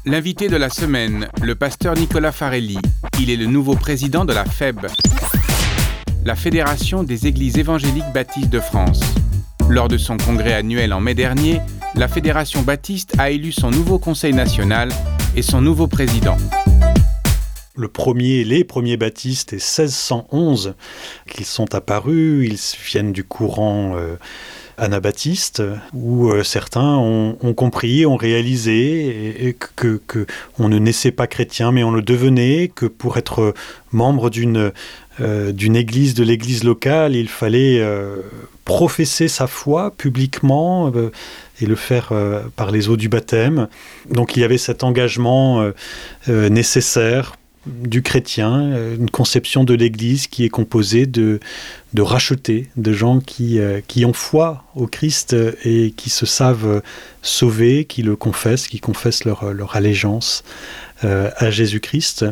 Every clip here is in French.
L'invité de la semaine, le pasteur Nicolas Farelli. Il est le nouveau président de la FEB, la Fédération des Églises évangéliques baptistes de France. Lors de son congrès annuel en mai dernier, la Fédération baptiste a élu son nouveau conseil national et son nouveau président. Les premiers baptistes, et 1611 qu'ils sont apparus, ils viennent du courant anabaptiste, où certains ont compris, ont réalisé que on ne naissait pas chrétien, mais on le devenait, que pour être membre d'une église, de l'église locale, il fallait professer sa foi publiquement et le faire par les eaux du baptême. Donc il y avait cet engagement nécessaire du chrétien, une conception de l'Église qui est composée de rachetés, de gens qui ont foi au Christ et qui se savent sauvés, qui le confessent, qui confessent leur allégeance à Jésus-Christ.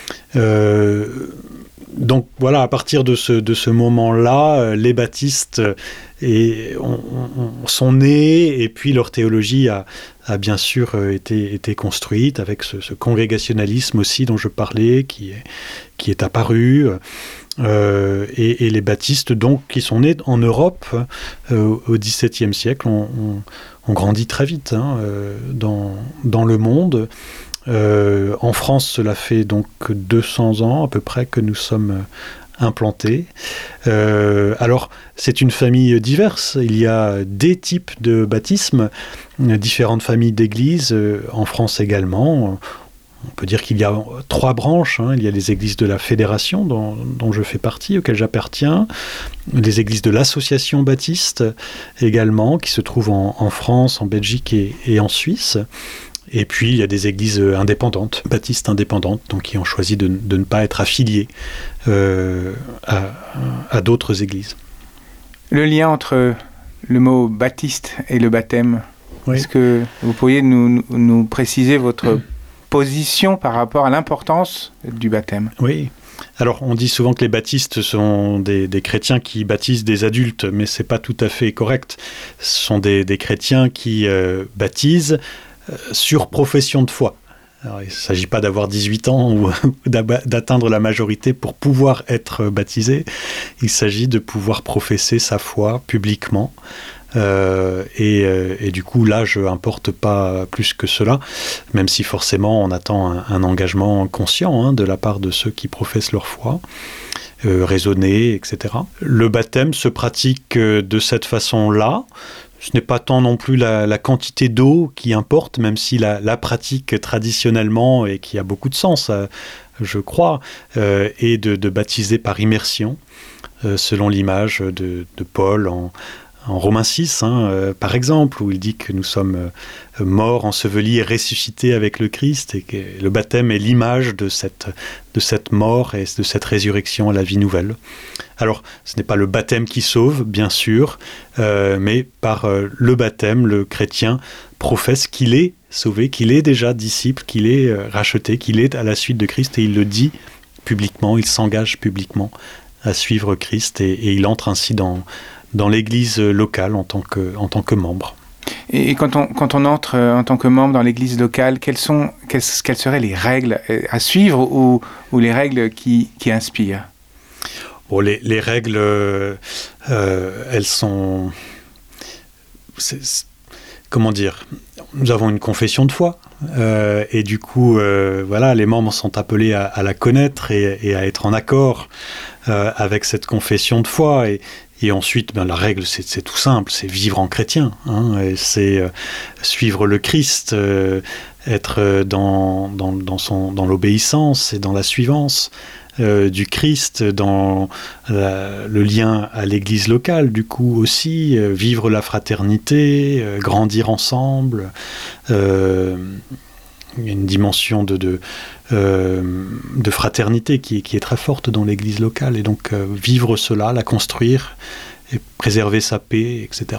Donc voilà, à partir de ce moment-là, les baptistes sont nés, et puis leur théologie a bien sûr été construite avec ce congrégationalisme aussi dont je parlais, qui est apparu. Et les baptistes donc qui sont nés en Europe au XVIIe siècle ont grandi très vite dans le monde. En France, cela fait donc 200 ans à peu près que nous sommes implantés. Alors, c'est une famille diverse. Il y a des types de baptismes, différentes familles d'églises, en France également. On peut dire qu'il y a 3 branches. Il y a les églises de la Fédération, dont je fais partie, auxquelles j'appartiens. Les églises de l'Association baptiste également, qui se trouvent en France, en Belgique et en Suisse. Et puis, il y a des églises indépendantes, baptistes indépendantes, donc qui ont choisi de ne pas être affiliées à d'autres églises. Le lien entre le mot baptiste et le baptême, oui. Est-ce que vous pourriez nous préciser votre position par rapport à l'importance du baptême ? Oui. Alors, on dit souvent que les baptistes sont des chrétiens qui baptisent des adultes, mais ce n'est pas tout à fait correct. Ce sont des chrétiens qui baptisent sur profession de foi. Alors, il ne s'agit pas d'avoir 18 ans ou d'atteindre la majorité pour pouvoir être baptisé. Il s'agit de pouvoir professer sa foi publiquement. Et du coup, l'âge n'importe pas plus que cela, même si forcément on attend un engagement conscient de la part de ceux qui professent leur foi, raisonné, etc. Le baptême se pratique de cette façon-là. Ce n'est pas tant non plus la quantité d'eau qui importe, même si la pratique traditionnellement, et qui a beaucoup de sens, je crois, est de baptiser par immersion, selon l'image de Paul en Romains 6, par exemple, où il dit que nous sommes morts, ensevelis et ressuscités avec le Christ, et que le baptême est l'image de cette mort et de cette résurrection à la vie nouvelle. Alors, ce n'est pas le baptême qui sauve, bien sûr, mais par le baptême, le chrétien professe qu'il est sauvé, qu'il est déjà disciple, qu'il est racheté, qu'il est à la suite de Christ, et il le dit publiquement, il s'engage publiquement à suivre Christ, et il entre ainsi dans l'église locale en tant que membre. Et quand on entre en tant que membre dans l'église locale, quelles seraient les règles à suivre ou les règles qui inspirent ? Bon, les règles, elles sont... comment dire ? Nous avons une confession de foi, et du coup, les membres sont appelés à la connaître et à être en accord avec cette confession de foi. Et ensuite, la règle, c'est tout simple, c'est vivre en chrétien, et c'est suivre le Christ, être dans l'obéissance et dans la suivance du Christ, dans le lien à l'église locale, du coup aussi, vivre la fraternité, grandir ensemble. Il y a une dimension de fraternité qui est très forte dans l'église locale, et donc vivre cela, la construire, et préserver sa paix, etc.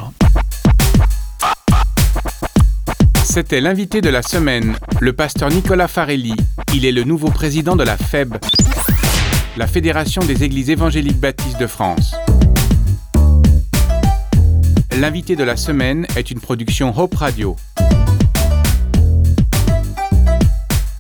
C'était l'invité de la semaine, le pasteur Nicolas Farelli. Il est le nouveau président de la FEB, la Fédération des Églises évangéliques baptistes de France. L'invité de la semaine est une production Hope Radio.